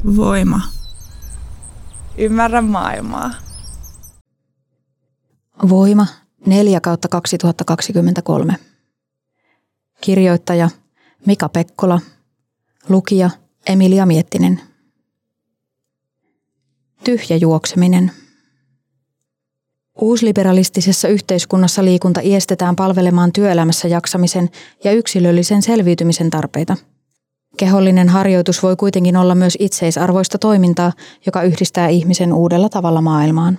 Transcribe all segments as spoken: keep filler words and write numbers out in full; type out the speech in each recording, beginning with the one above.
Voima. Ymmärrä maailmaa. Voima neljä kautta kaksituhattakaksikymmentäkolme. Kirjoittaja Mika Pekkola. Lukija Emilia Miettinen. Tyhjä juokseminen. Uusliberalistisessa yhteiskunnassa liikunta iestetään palvelemaan työelämässä jaksamisen ja yksilöllisen selviytymisen tarpeita. Kehollinen harjoitus voi kuitenkin olla myös itseisarvoista toimintaa, joka yhdistää ihmisen uudella tavalla maailmaan.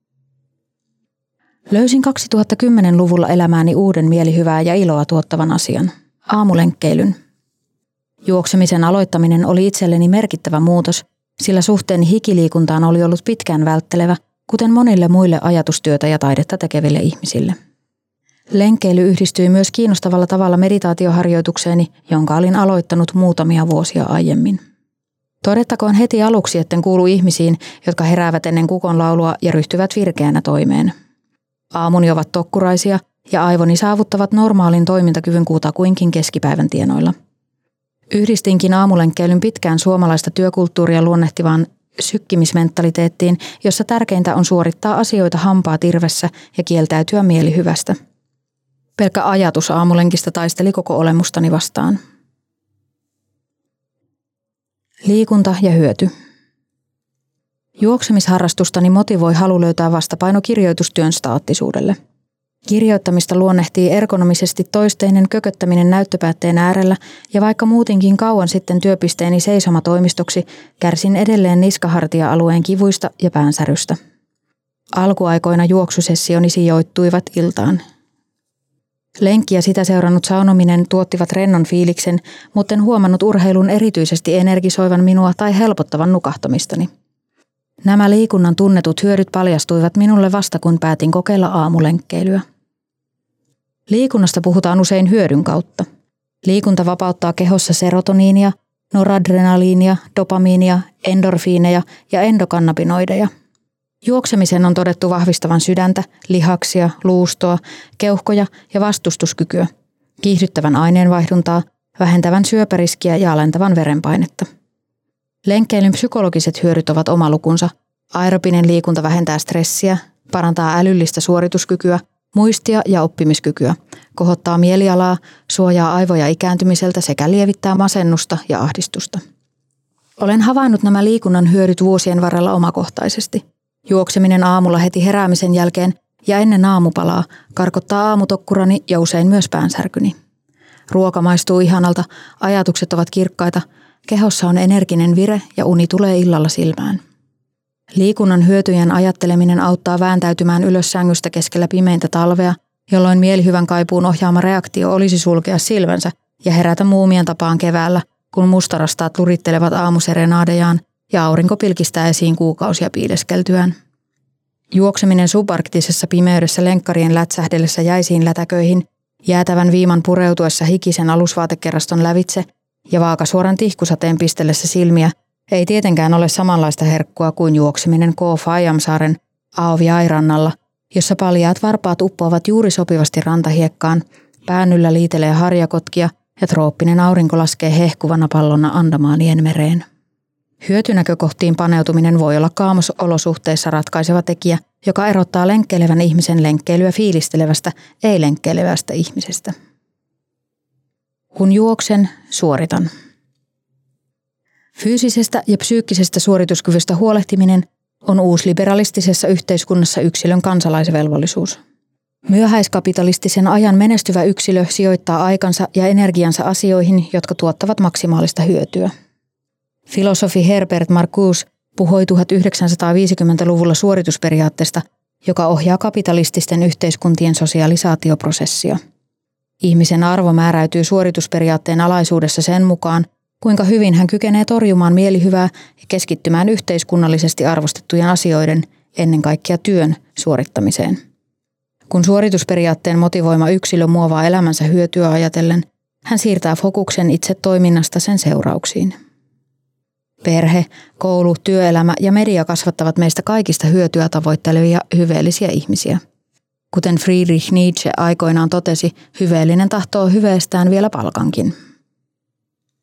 Löysin kaksituhattakymmenluvulla elämääni uuden mielihyvää ja iloa tuottavan asian, aamulenkkeilyn. Juoksemisen aloittaminen oli itselleni merkittävä muutos, sillä suhteeni hikiliikuntaan oli ollut pitkään välttelevä, kuten monille muille ajatustyötä ja taidetta tekeville ihmisille. Lenkkeily yhdistyi myös kiinnostavalla tavalla meditaatioharjoitukseeni, jonka olin aloittanut muutamia vuosia aiemmin. Todettakoon heti aluksi, etten kuulu ihmisiin, jotka heräävät ennen kukonlaulua ja ryhtyvät virkeänä toimeen. Aamuni ovat tokkuraisia ja aivoni saavuttavat normaalin toimintakyvyn kutakuinkin keskipäivän tienoilla. Yhdistinkin aamulenkkeilyn pitkään suomalaista työkulttuuria luonnehtivaan sykkimismentaliteettiin, jossa tärkeintä on suorittaa asioita hampaat irvessä ja kieltäytyä mielihyvästä. Pelkkä ajatus aamulenkistä taisteli koko olemustani vastaan. Liikunta ja hyöty. Juoksemisharrastustani motivoi halu löytää vastapaino kirjoitustyön staattisuudelle. Kirjoittamista luonnehtii ergonomisesti toisteinen kököttäminen näyttöpäätteen äärellä, ja vaikka muutinkin kauan sitten työpisteeni seisomatoimistoksi, kärsin edelleen niskahartia-alueen kivuista ja päänsärystä. Alkuaikoina juoksusessioni sijoittuivat iltaan. Lenkki ja sitä seurannut saunominen tuottivat rennon fiiliksen, mutta en huomannut urheilun erityisesti energisoivan minua tai helpottavan nukahtamistani. Nämä liikunnan tunnetut hyödyt paljastuivat minulle vasta kun päätin kokeilla aamulenkkeilyä. Liikunnasta puhutaan usein hyödyn kautta. Liikunta vapauttaa kehossa serotoniinia, noradrenaliinia, dopamiinia, endorfiineja ja endokannabinoideja. Juoksemisen on todettu vahvistavan sydäntä, lihaksia, luustoa, keuhkoja ja vastustuskykyä, kiihdyttävän aineenvaihduntaa, vähentävän syöpäriskiä ja alentavan verenpainetta. Lenkkeilyn psykologiset hyödyt ovat oma lukunsa. Aerobinen liikunta vähentää stressiä, parantaa älyllistä suorituskykyä, muistia ja oppimiskykyä, kohottaa mielialaa, suojaa aivoja ikääntymiseltä sekä lievittää masennusta ja ahdistusta. Olen havainnut nämä liikunnan hyödyt vuosien varrella omakohtaisesti. Juokseminen aamulla heti heräämisen jälkeen ja ennen aamupalaa karkottaa aamutokkurani ja usein myös päänsärkyni. Ruoka maistuu ihanalta, ajatukset ovat kirkkaita, kehossa on energinen vire ja uni tulee illalla silmään. Liikunnan hyötyjen ajatteleminen auttaa vääntäytymään ylös sängystä keskellä pimeintä talvea, jolloin mielihyvän kaipuun ohjaama reaktio olisi sulkea silmänsä ja herätä muumien tapaan keväällä, kun mustarastaat lurittelevat aamuserenaadejaan ja aurinko pilkistää esiin kuukausia piileskeltyään. Juokseminen subarktisessa pimeydessä lenkkarien lätsähdellessä jäisiin lätäköihin, jäätävän viiman pureutuessa hikisen alusvaatekerraston lävitse ja vaakasuoran tihkusateen pistellessä silmiä ei tietenkään ole samanlaista herkkua kuin juokseminen K. Fayamsaaren Aoviai-rannalla, jossa paljaat varpaat uppoavat juuri sopivasti rantahiekkaan, pään yllä liitelee harjakotkia ja trooppinen aurinko laskee hehkuvana pallona Andamaanien mereen. Hyötynäkökohtiin paneutuminen voi olla kaamosolosuhteissa ratkaiseva tekijä, joka erottaa lenkkeilevän ihmisen lenkkeilyä fiilistelevästä, ei-lenkkeilevästä ihmisestä. Kun juoksen, suoritan. Fyysisestä ja psyykkisestä suorituskyvystä huolehtiminen on uusliberalistisessa yhteiskunnassa yksilön kansalaisvelvollisuus. Myöhäiskapitalistisen ajan menestyvä yksilö sijoittaa aikansa ja energiansa asioihin, jotka tuottavat maksimaalista hyötyä. Filosofi Herbert Marcuse puhui tuhatyhdeksänsataaviisikymmentäluvulla suoritusperiaatteesta, joka ohjaa kapitalististen yhteiskuntien sosialisaatioprosessia. Ihmisen arvo määräytyy suoritusperiaatteen alaisuudessa sen mukaan, kuinka hyvin hän kykenee torjumaan mielihyvää ja keskittymään yhteiskunnallisesti arvostettujen asioiden, ennen kaikkea työn, suorittamiseen. Kun suoritusperiaatteen motivoima yksilö muovaa elämänsä hyötyä ajatellen, hän siirtää fokuksen itse toiminnasta sen seurauksiin. Perhe, koulu, työelämä ja media kasvattavat meistä kaikista hyötyä tavoittelevia hyveellisiä ihmisiä. Kuten Friedrich Nietzsche aikoinaan totesi, hyveellinen tahtoo hyveestään vielä palkankin.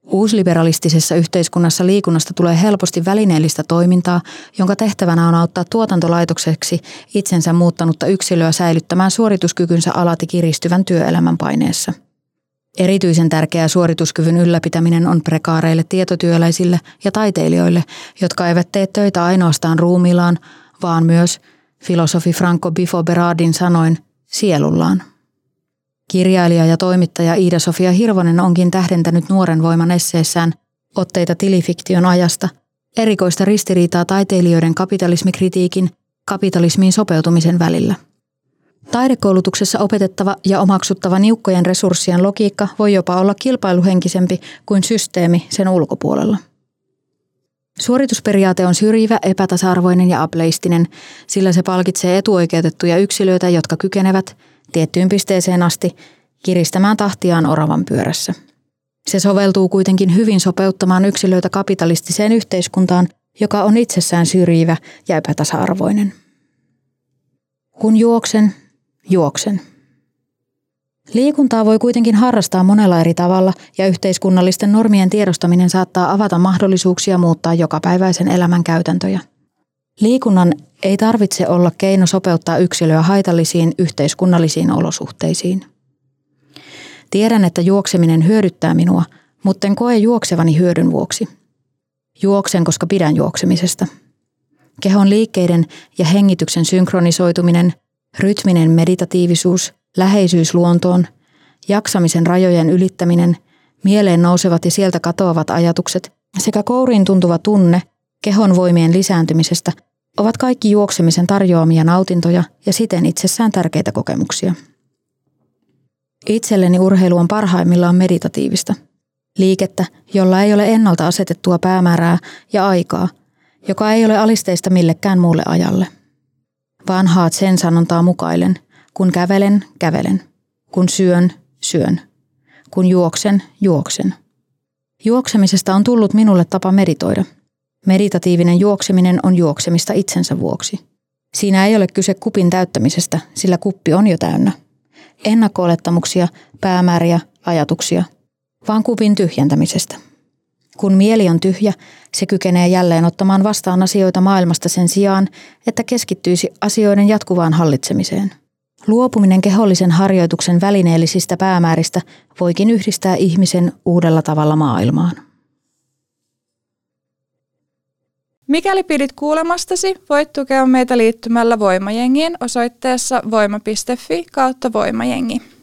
Uusliberalistisessa yhteiskunnassa liikunnasta tulee helposti välineellistä toimintaa, jonka tehtävänä on auttaa tuotantolaitokseksi itsensä muuttanutta yksilöä säilyttämään suorituskykynsä alati kiristyvän työelämän paineessa. Erityisen tärkeää suorituskyvyn ylläpitäminen on prekaareille tietotyöläisille ja taiteilijoille, jotka eivät tee töitä ainoastaan ruumiillaan, vaan myös, filosofi Franco Bifo Berardin sanoin, sielullaan. Kirjailija ja toimittaja Iida-Sofia Hirvonen onkin tähdentänyt Nuoren voiman esseessään Otteita tilifiktion ajasta erikoista ristiriitaa taiteilijoiden kapitalismikritiikin kapitalismiin sopeutumisen välillä. Taidekoulutuksessa opetettava ja omaksuttava niukkojen resurssien logiikka voi jopa olla kilpailuhenkisempi kuin systeemi sen ulkopuolella. Suoritusperiaate on syrjivä, epätasa-arvoinen ja ableistinen, sillä se palkitsee etuoikeutettuja yksilöitä, jotka kykenevät tiettyyn pisteeseen asti kiristämään tahtiaan oravan pyörässä. Se soveltuu kuitenkin hyvin sopeuttamaan yksilöitä kapitalistiseen yhteiskuntaan, joka on itsessään syrjivä ja epätasa-arvoinen. Kun juoksen, juoksen. Liikuntaa voi kuitenkin harrastaa monella eri tavalla ja yhteiskunnallisten normien tiedostaminen saattaa avata mahdollisuuksia muuttaa jokapäiväisen elämän käytäntöjä. Liikunnan ei tarvitse olla keino sopeuttaa yksilöä haitallisiin yhteiskunnallisiin olosuhteisiin. Tiedän, että juokseminen hyödyttää minua, mutta en koe juoksevani hyödyn vuoksi. Juoksen, koska pidän juoksemisesta. Kehon liikkeiden ja hengityksen synkronisoituminen, rytminen meditatiivisuus, läheisyys luontoon, jaksamisen rajojen ylittäminen, mieleen nousevat ja sieltä katoavat ajatukset sekä kouriin tuntuva tunne kehon voimien lisääntymisestä ovat kaikki juoksemisen tarjoamia nautintoja ja siten itsessään tärkeitä kokemuksia. Itselleni urheilu on parhaimmillaan meditatiivista. Liikettä, jolla ei ole ennalta asetettua päämäärää ja aikaa, joka ei ole alisteista millekään muulle ajalle. Vanhaa sen sanontaa mukailen, kun kävelen, kävelen, kun syön, syön, kun juoksen, juoksen. Juoksemisesta on tullut minulle tapa meditoida. Meditatiivinen juokseminen on juoksemista itsensä vuoksi. Siinä ei ole kyse kupin täyttämisestä, sillä kuppi on jo täynnä. Ennakko-olettamuksia, päämääriä, ajatuksia, vaan kupin tyhjentämisestä. Kun mieli on tyhjä, se kykenee jälleen ottamaan vastaan asioita maailmasta sen sijaan, että keskittyisi asioiden jatkuvaan hallitsemiseen. Luopuminen kehollisen harjoituksen välineellisistä päämääristä voikin yhdistää ihmisen uudella tavalla maailmaan. Mikäli pidit kuulemastasi, voit tukea meitä liittymällä Voimajengiin osoitteessa voima piste fi kautta voimajengi.